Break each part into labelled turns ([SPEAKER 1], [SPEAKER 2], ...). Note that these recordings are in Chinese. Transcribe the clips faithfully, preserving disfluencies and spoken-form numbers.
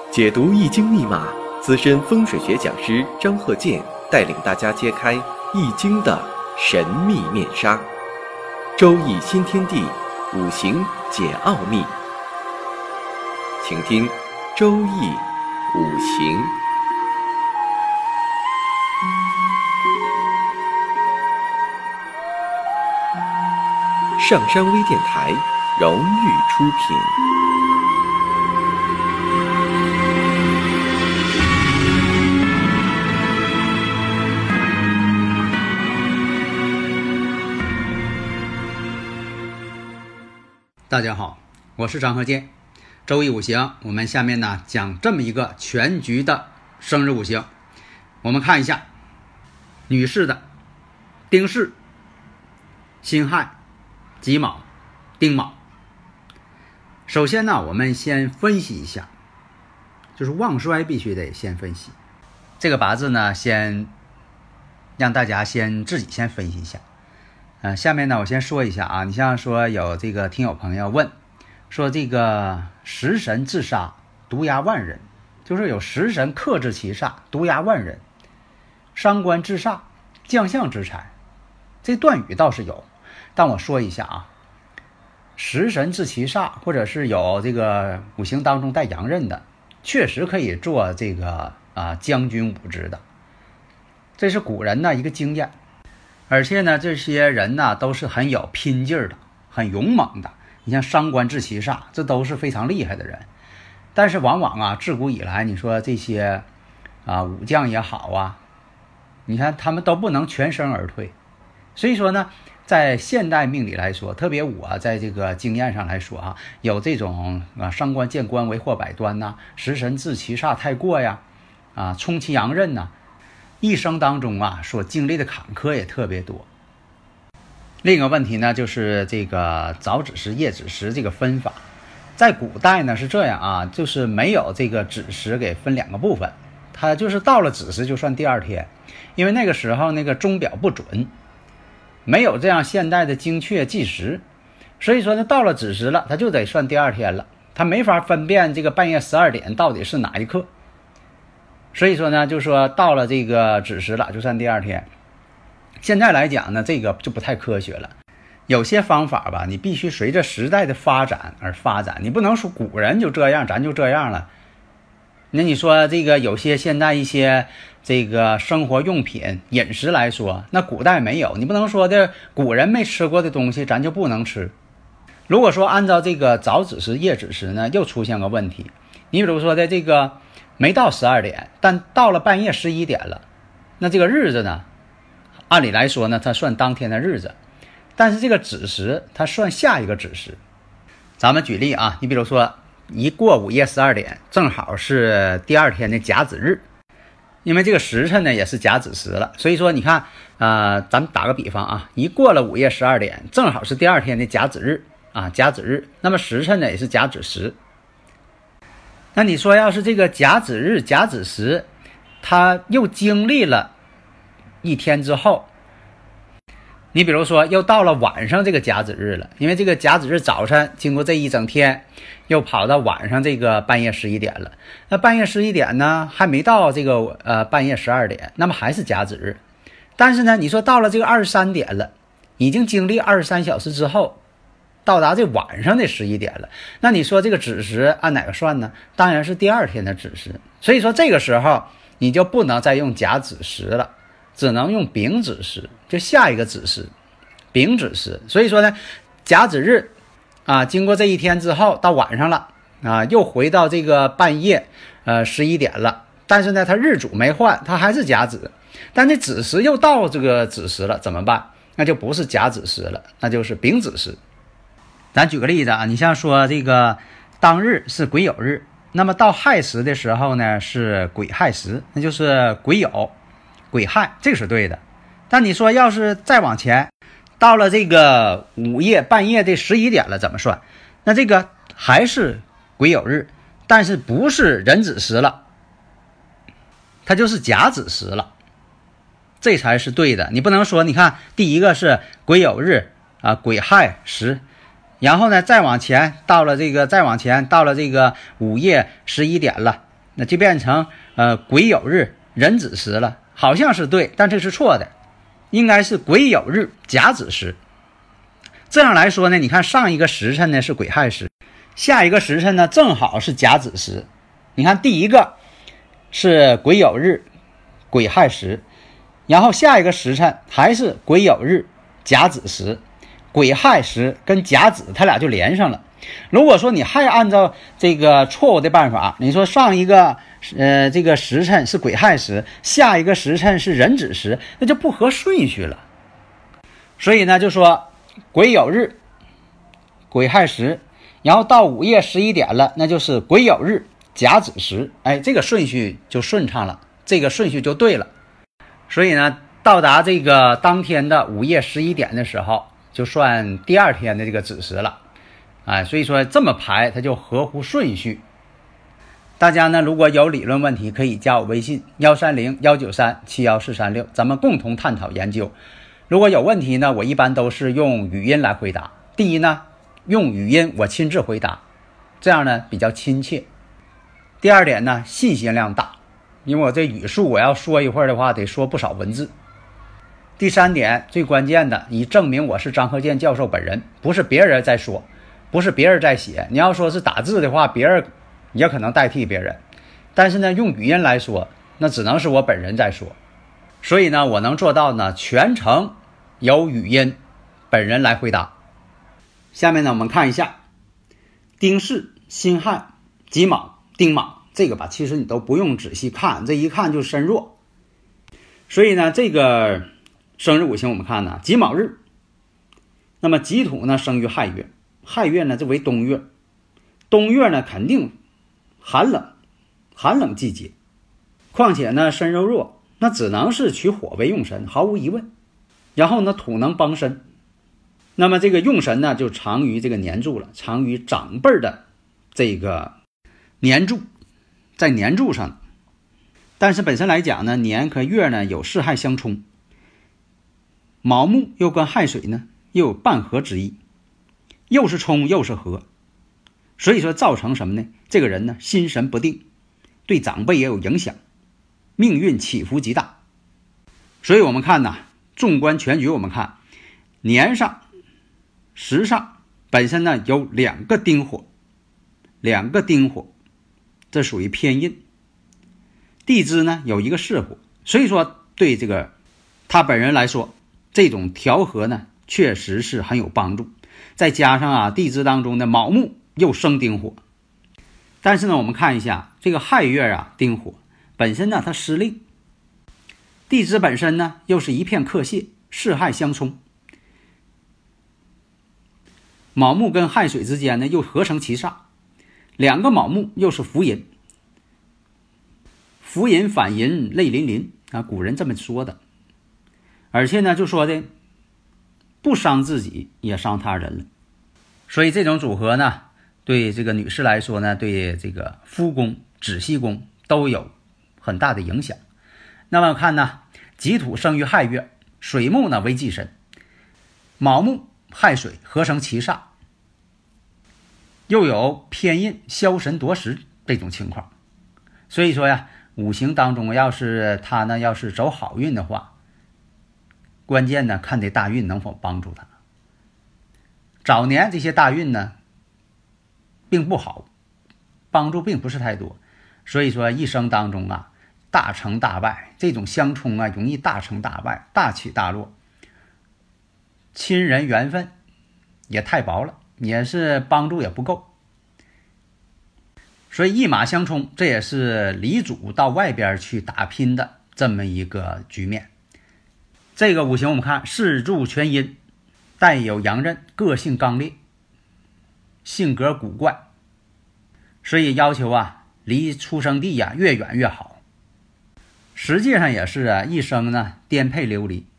[SPEAKER 1] 解读易经密码，资深风水学讲师张鹤剑带领大家揭开易经的神秘面纱。周易新天地，五行解奥秘。请听周易五行。上山微电台荣誉出品。
[SPEAKER 2] 大家好，我是张鹤剑。周易五行，我们下面呢讲这么一个全局的生日五行。我们看一下女士的丁巳、辛亥、己卯、丁卯。首先呢，我们先分析一下，就是旺衰必须得先分析。这个八字呢，先让大家先自己先分析一下。呃，下面呢，我先说一下啊，你像说有这个听友朋友问，说这个食神自杀，毒压万人，就是有食神克制其煞，毒压万人，伤官制煞，将相制财，这段语倒是有，但我说一下啊，食神制其煞，或者是有这个五行当中带阳刃的，确实可以做这个啊将军武职的，这是古人的一个经验。而且呢，这些人呢都是很有拼劲儿的，很勇猛的。你像伤官制其煞，这都是非常厉害的人。但是往往啊，自古以来，你说这些啊武将也好啊，你看他们都不能全身而退。所以说呢，在现代命理来说，特别我在这个经验上来说啊，有这种啊伤官见官为祸百端呐、啊，食神制其煞太过呀，啊冲其阳刃呐、啊。一生当中啊，所经历的坎坷也特别多。另一个问题呢，就是这个早子时、夜子时这个分法，在古代呢是这样啊，就是没有这个子时给分两个部分，它就是到了子时就算第二天，因为那个时候那个钟表不准，没有这样现代的精确计时，所以说呢，到了子时了，它就得算第二天了，它没法分辨这个半夜十二点到底是哪一刻。所以说呢，就说到了这个子时了，就算第二天。现在来讲呢，这个就不太科学了。有些方法吧，你必须随着时代的发展而发展，你不能说古人就这样，咱就这样了。那你说这个有些现在一些这个生活用品、饮食来说，那古代没有，你不能说的古人没吃过的东西，咱就不能吃。如果说按照这个早子时、夜子时呢，又出现个问题。你比如说的这个。没到十二点，但到了半夜十一点了，那这个日子呢，按理来说呢，它算当天的日子，但是这个子时它算下一个子时。咱们举例啊，你比如说一过午夜十二点，正好是第二天的甲子日，因为这个时辰呢也是甲子时了，所以说你看，呃，咱们打个比方啊，一过了午夜十二点，正好是第二天的甲子日啊，甲子日，那么时辰呢也是甲子时。那你说要是这个甲子日、甲子时，他又经历了一天之后，你比如说又到了晚上这个甲子日了，因为这个甲子日早晨经过这一整天，又跑到晚上这个半夜十一点了。那半夜十一点呢，还没到这个呃半夜十二点，那么还是甲子日。但是呢，你说到了这个二十三点了，已经经历二十三小时之后。到达这晚上的十一点了，那你说这个子时按哪个算呢？当然是第二天的子时。所以说这个时候你就不能再用甲子时了，只能用丙子时，就下一个子时，丙子时。所以说呢，甲子日啊，经过这一天之后，到晚上了啊，又回到这个半夜呃十一点了。但是呢，它日主没换，它还是甲子，但这子时又到这个子时了，怎么办？那就不是甲子时了，那就是丙子时。咱举个例子啊，你像说这个当日是癸酉日，那么到亥时的时候呢是癸亥时，那就是癸酉、癸亥，这个是对的。但你说要是再往前，到了这个午夜半夜的十一点了，怎么算？那这个还是癸酉日，但是不是壬子时了，它就是甲子时了，这才是对的。你不能说你看第一个是癸酉日啊，癸亥时，然后呢再往前到了这个再往前到了这个午夜十一点了那就变成呃癸酉日壬子时了，好像是对，但这是错的，应该是癸酉日甲子时。这样来说呢，你看上一个时辰呢是癸亥时，下一个时辰呢正好是甲子时。你看第一个是癸酉日癸亥时，然后下一个时辰还是癸酉日甲子时，癸亥时跟甲子它俩就连上了。如果说你还按照这个错误的办法，你说上一个呃这个时辰是癸亥时，下一个时辰是壬子时，那就不合顺序了。所以呢就说癸酉日癸亥时，然后到午夜十一点了，那就是癸酉日甲子时，哎，这个顺序就顺畅了，这个顺序就对了。所以呢到达这个当天的午夜十一点的时候，就算第二天的这个子时了。哎，所以说这么排它就合乎顺序。大家呢如果有理论问题，可以加我微信一三零一九三七一四三六，咱们共同探讨研究。如果有问题呢，我一般都是用语音来回答。第一呢，用语音我亲自回答，这样呢比较亲切。第二点呢，信息量大，因为我这语速我要说一会儿的话，得说不少文字。第三点，最关键的，以证明我是张鹤健教授本人，不是别人在说，不是别人在写。你要说是打字的话，别人也可能代替别人，但是呢用语音来说，那只能是我本人在说。所以呢我能做到呢全程由语音本人来回答。下面呢我们看一下丁巳、辛亥、己卯、丁卯，这个吧其实你都不用仔细看，这一看就身弱。所以呢这个生日五行我们看呢，己卯日，那么己土呢生于亥月，亥月呢这为冬月，冬月呢肯定寒冷，寒冷季节，况且呢身柔弱，那只能是取火为用神，毫无疑问。然后呢土能帮身，那么这个用神呢就藏于这个年柱了，藏于长辈的这个年柱，在年柱上。但是本身来讲呢，年和月呢有巳亥相冲，卯木又跟亥水呢又有半合之意，又是冲又是合，所以说造成什么呢？这个人呢心神不定，对长辈也有影响，命运起伏极大。所以我们看呢，纵观全局，我们看年上时上本身呢有两个丁火，两个丁火，这属于偏印。地支呢有一个巳火，所以说对这个他本人来说，这种调和呢确实是很有帮助。再加上啊地支当中的卯木又生丁火，但是呢我们看一下这个亥月啊丁火本身呢它失令，地支本身呢又是一片克泄，巳亥相冲，卯木跟亥水之间呢又合成七煞，两个卯木又是福银，福银反银泪淋淋啊，古人这么说的。而且呢就说的不伤自己也伤他人了，所以这种组合呢对这个女士来说呢，对这个夫宫子息宫都有很大的影响。那么看呢，己土生于亥月，水木呢为忌神，卯木亥水合成七煞，又有偏印消神夺食这种情况。所以说呀，五行当中要是他呢要是走好运的话，关键呢看这大运能否帮助他。早年这些大运呢并不好，帮助并不是太多，所以说一生当中啊大成大败，这种相冲啊容易大成大败，大起大落，亲人缘分也太薄了，也是帮助也不够。所以一马相冲，这也是离主到外边去打拼的这么一个局面。这个五行我们看四柱全阴，带有阳刃，个性刚烈，性格古怪，所以要求啊离出生地呀、啊、越远越好。实际上也是啊一生呢颠沛流离，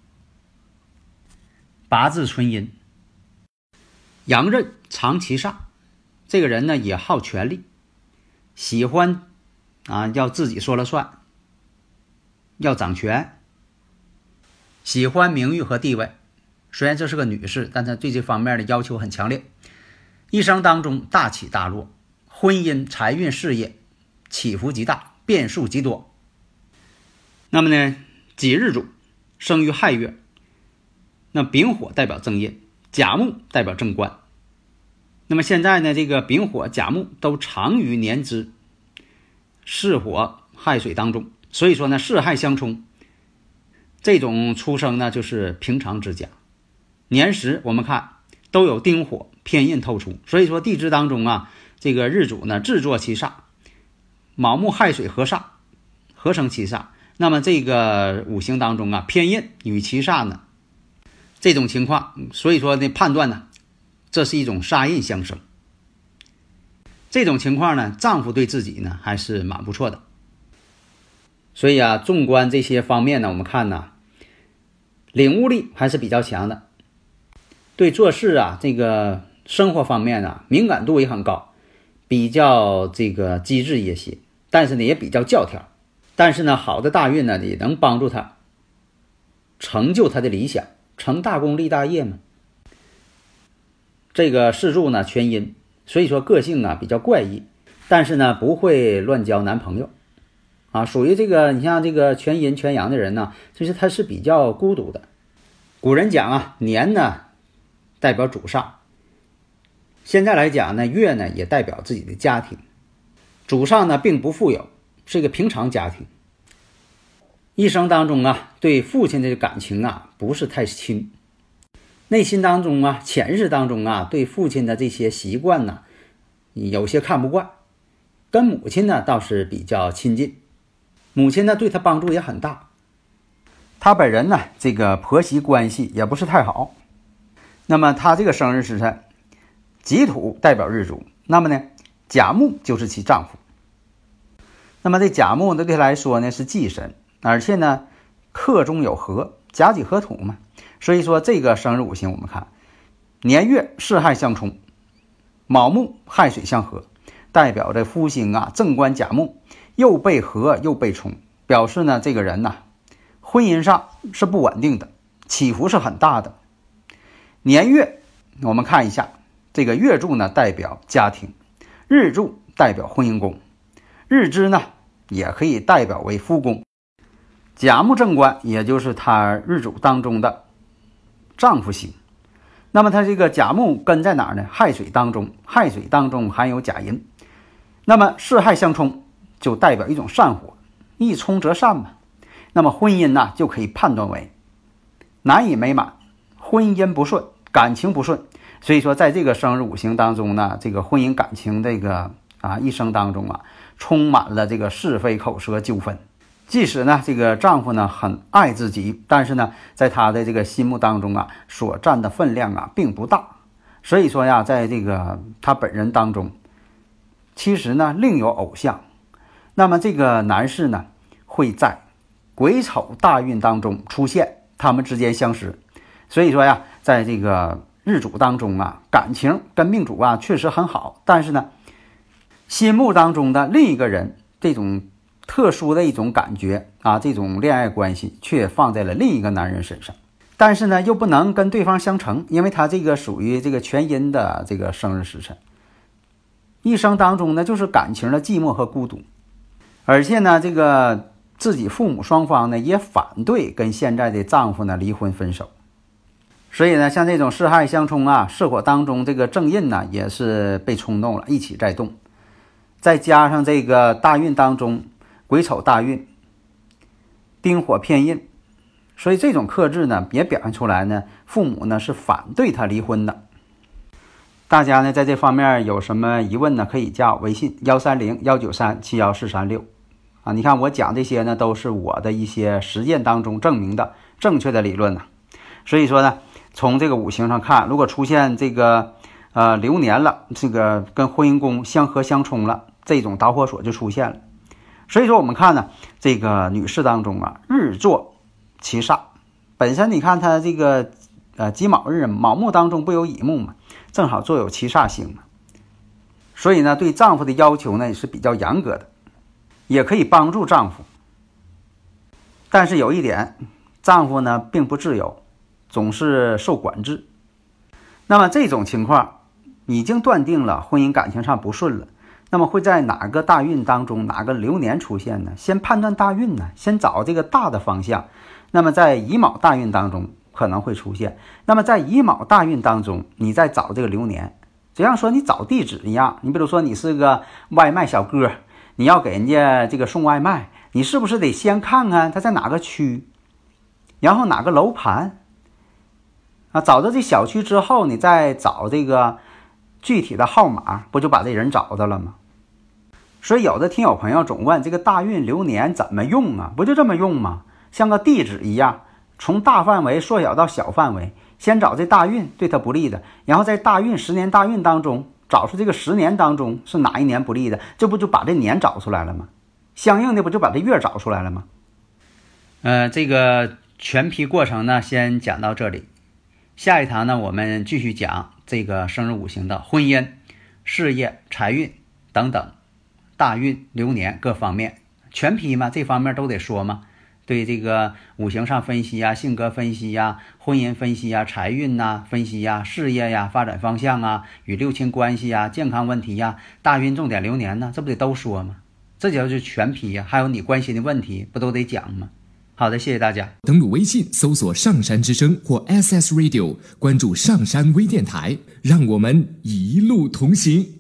[SPEAKER 2] 八字春阴，阳刃藏其煞，这个人呢也好权力，喜欢啊要自己说了算，要掌权，喜欢名誉和地位。虽然这是个女士，但她对这方面的要求很强烈。一生当中大起大落，婚姻、财运、事业起伏极大。 变数极多。那么呢，己日主生于亥月，那丙火代表正印，甲木代表正官。那么现在呢，这个丙火、甲木都长于年支，巳火、亥水当中，所以说呢，巳亥相冲，这种出生呢就是平常之家。年时我们看都有丁火偏印透出，所以说地支当中啊，这个日主呢制作七煞，卯木亥水合煞，合成七煞。那么这个五行当中啊，偏印与七煞呢，这种情况，所以说呢判断呢，这是一种煞印相生。这种情况呢，丈夫对自己呢还是蛮不错的。所以啊，纵观这些方面呢，我们看呢，领悟力还是比较强的，对做事啊，这个生活方面啊，敏感度也很高，比较这个机智一些，但是呢也比较教条。但是呢，好的大运呢也能帮助他成就他的理想，成大功立大业嘛。这个四柱呢全阴，所以说个性啊比较怪异，但是呢不会乱交男朋友啊，属于这个你像这个全阴全阳的人呢，其实他是比较孤独的。古人讲啊，年呢代表主煞，现在来讲呢，月呢也代表自己的家庭。主上呢并不富有，是一个平常家庭。一生当中啊，对父亲的感情啊不是太亲，内心当中啊，潜意识当中啊，对父亲的这些习惯呢，有些看不惯。跟母亲呢倒是比较亲近，母亲呢对他帮助也很大。他本人呢这个婆媳关系也不是太好。那么他这个生日时辰，己土代表日主，那么呢甲木就是其丈夫。那么这甲木呢对他来说呢是忌神，而且呢克中有合，甲己合土嘛，所以说这个生日五行我们看年月巳亥相冲，卯木亥水相合，代表着夫星啊正官甲木又被合又被冲，表示呢这个人呐婚姻上是不稳定的，起伏是很大的。年月我们看一下，这个月柱呢代表家庭，日柱代表婚姻宫，日支呢也可以代表为夫宫。甲木正官也就是他日主当中的丈夫星。那么他这个甲木根在哪儿呢？亥水当中，亥水当中含有甲寅，那么巳亥相冲就代表一种善火，一冲则善嘛。那么婚姻呢就可以判断为难以美满，婚姻不顺，感情不顺。所以说在这个生日五行当中呢，这个婚姻感情这个啊一生当中啊，充满了这个是非口舌纠纷。即使呢这个丈夫呢很爱自己，但是呢在他的这个心目当中啊，所占的分量啊并不大。所以说呀，在这个他本人当中，其实呢另有偶像。那么这个男士呢会在癸丑大运当中出现，他们之间相识。所以说呀，在这个日主当中啊，感情跟命主啊确实很好，但是呢心目当中的另一个人，这种特殊的一种感觉啊，这种恋爱关系却放在了另一个男人身上。但是呢又不能跟对方相成，因为他这个属于这个全阴的这个生日时辰，一生当中呢就是感情的寂寞和孤独。而且呢这个自己父母双方呢也反对跟现在的丈夫呢离婚分手。所以呢像这种巳亥相冲啊，巳火当中这个正印呢也是被冲动了，一起在动。再加上这个大运当中癸丑大运丁火偏印，所以这种克制呢也表现出来呢父母呢是反对他离婚的。大家呢在这方面有什么疑问呢，可以加我微信幺三零幺九三七幺四三六啊。你看我讲这些呢都是我的一些实践当中证明的正确的理论呢。所以说呢从这个五行上看，如果出现这个呃流年了，这个跟婚姻宫相合相冲了，这种导火索就出现了。所以说我们看呢这个女士当中啊，日坐七煞，本身你看她这个呃己卯日，卯木当中不有乙木嘛，正好坐有七煞星嘛，所以呢对丈夫的要求呢也是比较严格的，也可以帮助丈夫。但是有一点，丈夫呢并不自由，总是受管制。那么这种情况已经断定了婚姻感情上不顺了，
[SPEAKER 3] 那么会在哪个大运当中，哪个流年出现呢？先判断大运呢，先找这个大的方向。那么在乙卯大运当中可能会出现。那么在乙卯大运当中，你再找这个流年，就像说你找地址一样。你比如说你是个外卖小哥，你要给人家这个送外卖，你是不是得先看看他在哪个区，然后哪个楼盘啊？找到这小区之后，你再找这个具体的号码，不就把这人找到了吗？所以有的听友朋友总问这个大运流年怎么用啊？不就这么用吗？像个地址一样，从大范围缩小到小范围，先找这大运对他不利的，然后在大运十年大运当中找出这个十年当中是哪一年不利的，这不就把这年找出来了吗？相应的不就把这月找出来了吗？
[SPEAKER 2] 呃，这个全批过程呢，先讲到这里。下一堂呢，我们继续讲这个生日五行的婚姻、事业、财运等等大运流年各方面，全批嘛，这方面都得说嘛。对这个五行上分析呀、性格分析呀、婚姻分析呀、财运呐分析呀、事业呀、发展方向啊、与六亲关系呀、健康问题呀、大运重点流年呢，这不得都说吗？这就是全批呀。还有你关心的问题，不都得讲吗？好的，谢谢大家。
[SPEAKER 4] 登录微信搜索上山之声或 S S Radio， 关注上山微电台，让我们一路同行。